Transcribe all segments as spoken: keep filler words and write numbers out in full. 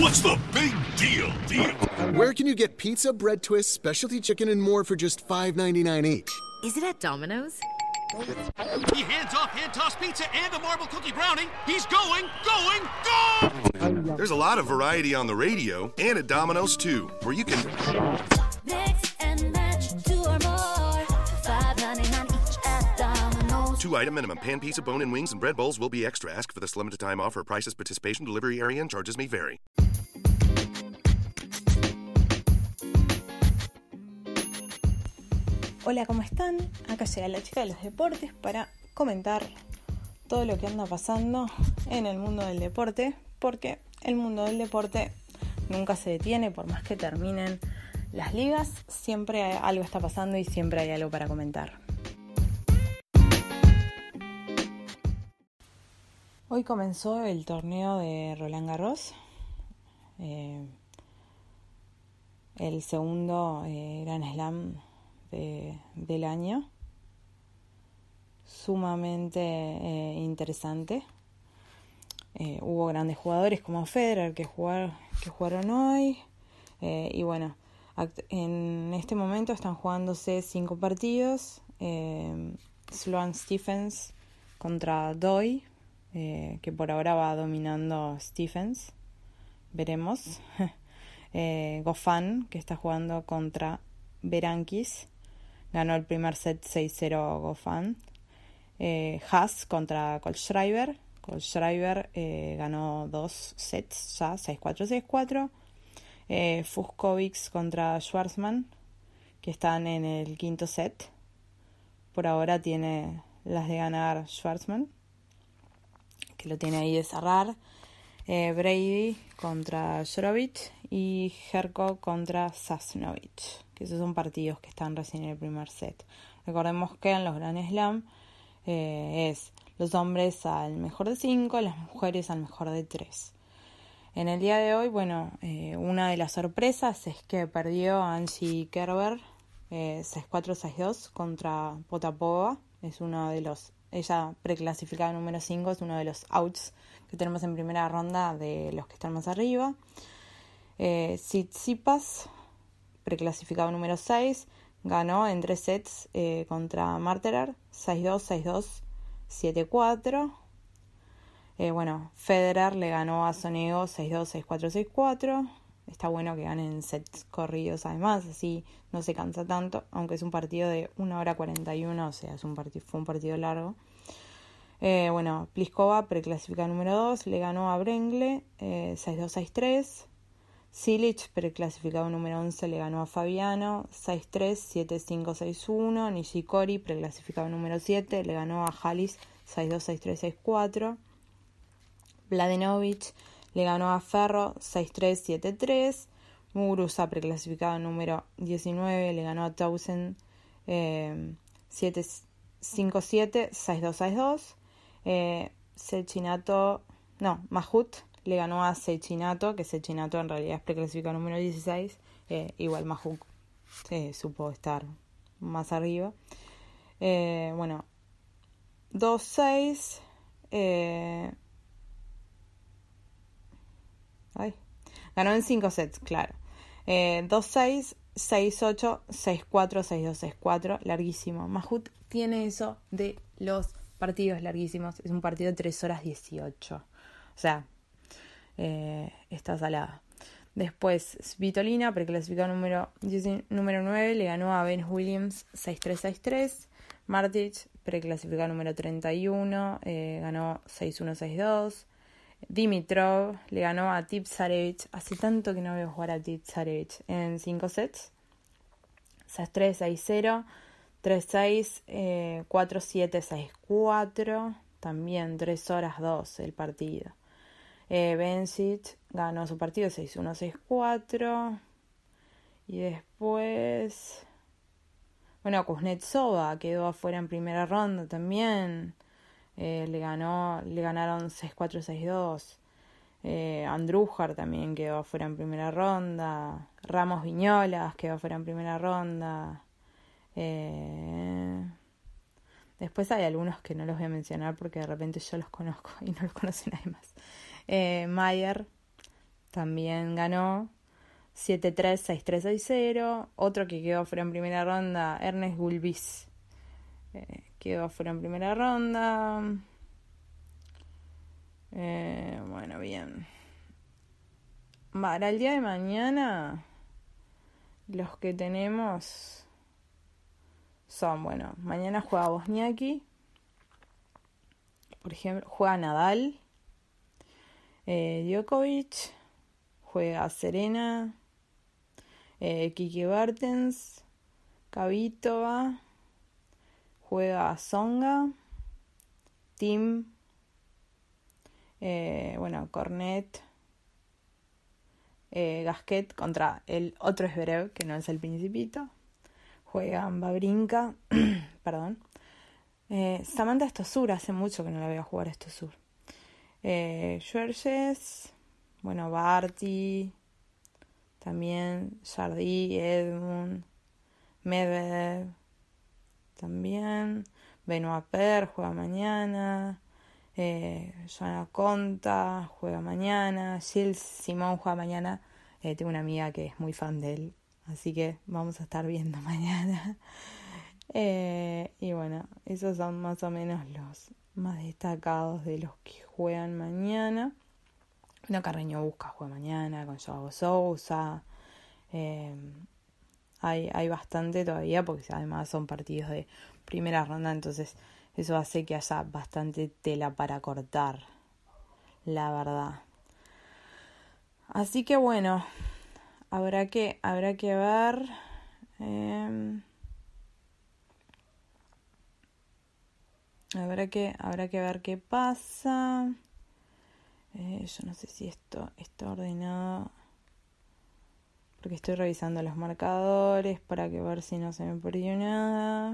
What's the big deal, deal? Where can you get pizza, bread twists, specialty chicken, and more for just five ninety-nine each? Is it at Domino's? He hands off hand-tossed pizza and a marble cookie brownie. He's going, going, go! There's a lot of variety on the radio and at Domino's, too, where you can... Mix and match two or more. five ninety-nine each at Domino's. Two-item minimum. Pan pizza, bone-in wings, and bread bowls will be extra. Ask for this limited time offer. Prices, participation, delivery area, and charges may vary. Hola, ¿cómo están? Acá llega la chica de los deportes para comentar todo lo que anda pasando en el mundo del deporte, porque el mundo del deporte nunca se detiene, por más que terminen las ligas, siempre algo está pasando y siempre hay algo para comentar. Hoy comenzó el torneo de Roland Garros, eh, el segundo eh, Grand Slam De, del año, sumamente eh, interesante. Eh, hubo grandes jugadores como Federer que, jugar, que jugaron hoy, eh, y bueno, act- en este momento están jugándose cinco partidos. eh, Sloane Stephens contra Doi, eh, que por ahora va dominando Stephens, veremos. eh, Goffin, que está jugando contra Berankis, ganó el primer set seis cero Goffin. Eh, Haas contra Kohlschreiber. Kohlschreiber eh, ganó dos sets ya, seis cuatro, seis cuatro. Eh, Fucsovics contra Schwartzman, que están en el quinto set. Por ahora tiene las de ganar Schwartzman, que lo tiene ahí de cerrar. Eh, Brady contra Djokovic y Herco contra Sasnovich, que esos son partidos que están recién en el primer set. Recordemos que en los Grand Slam eh, es los hombres al mejor de cinco, las mujeres al mejor de tres. En el día de hoy, bueno, eh, una de las sorpresas es que perdió Angie Kerber eh, seis cuatro, seis dos contra Potapova. Es uno de los, ella preclasificada número cinco, es uno de los outs que tenemos en primera ronda de los que están más arriba. Eh, Tsitsipas, preclasificado número seis, ganó en tres sets eh, contra Marterer, seis dos, seis dos, siete cuatro. Eh, bueno, Federer le ganó a Sonego seis dos, seis cuatro, seis cuatro. Está bueno que ganen sets corridos además, así no se cansa tanto, aunque es un partido de una hora cuarenta y uno, o sea, es un partido, fue un partido largo. Eh, bueno, Pliskova, preclasificada número dos, le ganó a Brengle eh, seis dos, seis tres. Cilic, preclasificado número once, le ganó a Fabiano seis tres, siete cinco, seis uno. Nishikori, preclasificado número siete, le ganó a Halis seis dos, seis tres, seis cuatro. Mladenovic le ganó a Ferro seis tres, siete tres. Muguruza, preclasificado número diecinueve, le ganó a Townsend eh, siete cinco siete, seis dos, seis dos. Eh, Cecchinato, no, Mahut le ganó a Cecchinato, que Cecchinato en realidad es preclasificado número dieciséis, eh, igual Mahut eh, supo estar más arriba. Eh, bueno, dos seis, eh, ay, ganó en cinco sets, claro. Eh, dos seis, seis ocho, seis cuatro, seis dos, seis cuatro, larguísimo. Mahut tiene eso de los partidos larguísimos, es un partido de tres horas dieciocho, o sea, eh, está salada. Después Svitolina, preclasificado número, número nueve, le ganó a Ben Williams seis tres, seis tres. Martic, preclasificado número treinta y uno, eh, ganó seis uno, seis dos. Dimitrov le ganó a Tipsarevic, hace tanto que no veo jugar a Tipsarevic, en cinco sets, seis tres, seis cero, tres seis, eh, cuatro siete, seis cuatro, también tres horas dos el partido. Eh, Bencic ganó su partido seis uno, seis cuatro. Y después, bueno, Kuznetsova quedó afuera en primera ronda también. Eh, le ganó, le ganaron seis cuatro, seis dos. Eh, Andújar también quedó afuera en primera ronda. Ramos Viñolas quedó afuera en primera ronda. Eh, después hay algunos que no los voy a mencionar porque de repente yo los conozco y no los conoce nadie más. Eh, Mayer también ganó siete tres, seis tres, seis cero. Otro que quedó fuera en primera ronda, Ernest Gulbis, eh, quedó fuera en primera ronda. Eh, bueno, bien. Para el día de mañana, los que tenemos son, bueno, mañana juega Wozniacki, por ejemplo, juega Nadal, eh, Djokovic, juega Serena, eh, Kiki Bertens, Kvitova, juega Tsonga, Thiem, eh, bueno, Cornet, eh, Gasquet contra el otro Zverev, que no es el Principito, juega Wawrinka, perdón, eh, Samantha Stosur, hace mucho que no la veo jugar a Stosur, eh, Georges, bueno, Barty, también Jardy, Edmund, Medvedev, también Benoit Paire juega mañana, eh, Joana Konta juega mañana, Gilles Simon juega mañana, eh, tengo una amiga que es muy fan de él, así que vamos a estar viendo mañana. eh, y bueno, esos son más o menos los más destacados de los que juegan mañana. Bueno, Carreño Busca juega mañana con Joao Sousa. Eh, hay, hay bastante todavía porque además son partidos de primera ronda, entonces eso hace que haya bastante tela para cortar, la verdad. Así que bueno, habrá que, habrá que ver. Eh, habrá que, habrá que ver qué pasa. Eh, yo no sé si esto está ordenado, porque estoy revisando los marcadores para que ver si no se me perdió nada.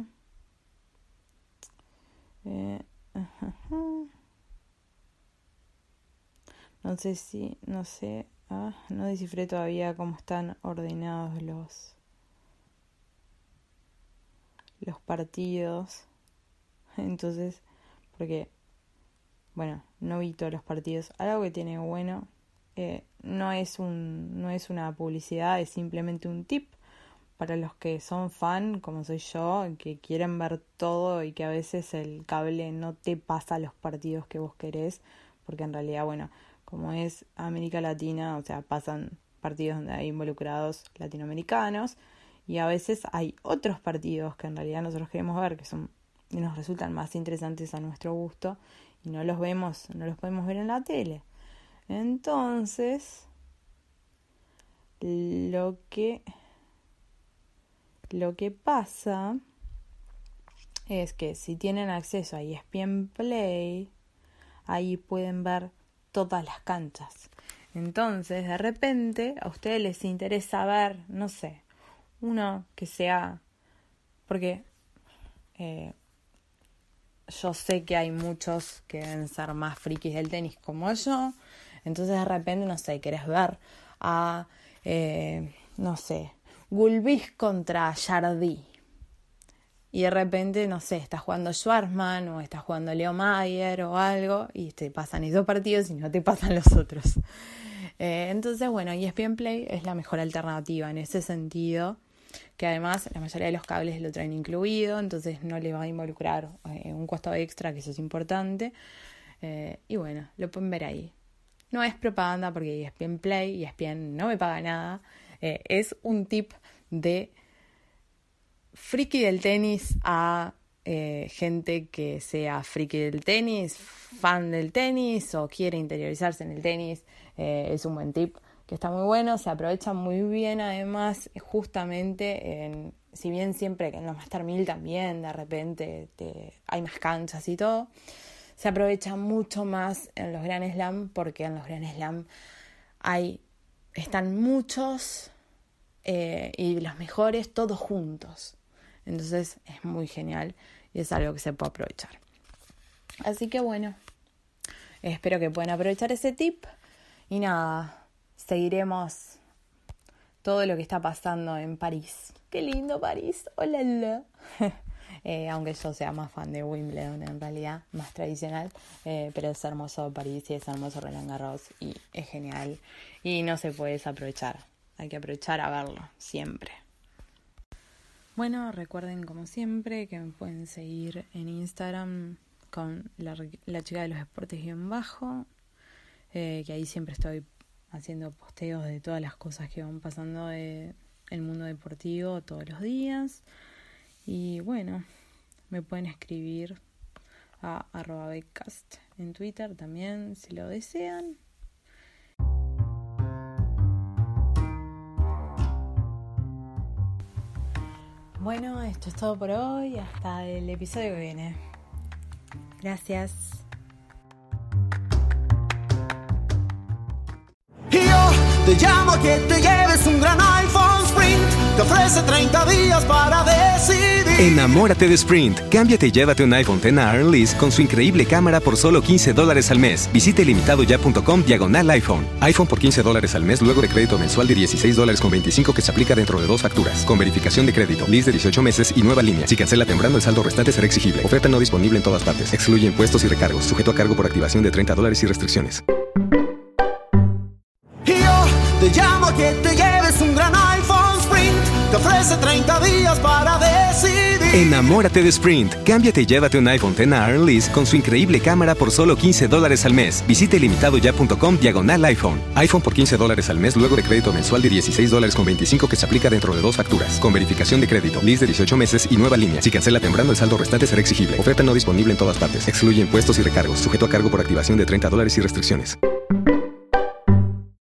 Eh, uh-huh. No sé si, no sé, ah, no descifré todavía cómo están ordenados los los partidos. Entonces, porque bueno, no vi todos los partidos. Algo que tiene bueno, eh, no es un, no es una publicidad, es simplemente un tip para los que son fan, como soy yo, que quieren ver todo y que a veces el cable no te pasa los partidos que vos querés, porque en realidad, bueno, como es América Latina, o sea, pasan partidos donde hay involucrados latinoamericanos, y a veces hay otros partidos que en realidad nosotros queremos ver, que son, y nos resultan más interesantes a nuestro gusto, y no los vemos, no los podemos ver en la tele. Entonces, lo que lo que pasa es que si tienen acceso a E S P N Play, ahí pueden ver todas las canchas. Entonces, de repente, a ustedes les interesa ver, no sé, uno que sea, porque eh, yo sé que hay muchos que deben ser más frikis del tenis como yo. Entonces de repente, no sé, querés ver a, eh, no sé, Gulbis contra Jardy. Y de repente, no sé, está jugando Schwartzman o está jugando Leo Mayer o algo. Y te pasan esos partidos y no te pasan los otros. Eh, entonces, bueno, E S P N Play es la mejor alternativa en ese sentido. Que además la mayoría de los cables lo traen incluido, entonces no le va a involucrar eh, un costo extra, que eso es importante. Eh, y bueno, lo pueden ver ahí. No es propaganda porque E S P N Play, E S P N no me paga nada. Eh, es un tip de friki del tenis a eh, gente que sea friki del tenis, fan del tenis o quiere interiorizarse en el tenis. Eh, es un buen tip que está muy bueno, se aprovecha muy bien además justamente, en, si bien siempre que en los Master mil también de repente te, hay más canchas y todo, se aprovecha mucho más en los Grand Slam porque en los Grand Slam hay, están muchos eh, y los mejores todos juntos, entonces es muy genial y es algo que se puede aprovechar. Así que bueno, espero que puedan aprovechar ese tip y nada, seguiremos todo lo que está pasando en París. ¡Qué lindo París! ¡Hola! eh, aunque yo sea más fan de Wimbledon en realidad, más tradicional, eh, pero es hermoso París y es hermoso Roland Garros y es genial y no se puede desaprovechar, hay que aprovechar a verlo siempre. Bueno, recuerden como siempre que me pueden seguir en Instagram con la, la chica de los deportes guión bajo, eh, que ahí siempre estoy haciendo posteos de todas las cosas que van pasando de el mundo deportivo todos los días. Y bueno, me pueden escribir a arroba becast en Twitter también si lo desean. Bueno, esto es todo por hoy, hasta el episodio que viene. Gracias. Y yo te llamo a que te lleves un gran iPhone Sprint. Te ofrece treinta días para decidir. Enamórate de Sprint. Cámbiate y llévate un iPhone X a Earn Lease con su increíble cámara por solo quince dólares al mes. Visite limitadoya.com diagonal iPhone. iPhone por quince dólares al mes luego de crédito mensual de dieciséis dólares con veinticinco que se aplica dentro de dos facturas. Con verificación de crédito, lease de dieciocho meses y nueva línea. Si cancela temprano, el saldo restante será exigible. Oferta no disponible en todas partes. Excluye impuestos y recargos. Sujeto a cargo por activación de treinta dólares y restricciones. Y yo te llamo a que te lleves un gran iPhone Sprint. Te ofrece treinta días para decidir. Enamórate de Sprint. Cámbiate y llévate un iPhone X a Earn Lease con su increíble cámara por solo quince dólares al mes. Visite limitadoya.com diagonal iPhone. iPhone por quince dólares al mes luego de crédito mensual de dieciséis dólares con veinticinco que se aplica dentro de dos facturas. Con verificación de crédito, lease de dieciocho meses y nueva línea. Si cancela temprano, el saldo restante será exigible. Oferta no disponible en todas partes. Excluye impuestos y recargos. Sujeto a cargo por activación de treinta dólares y restricciones.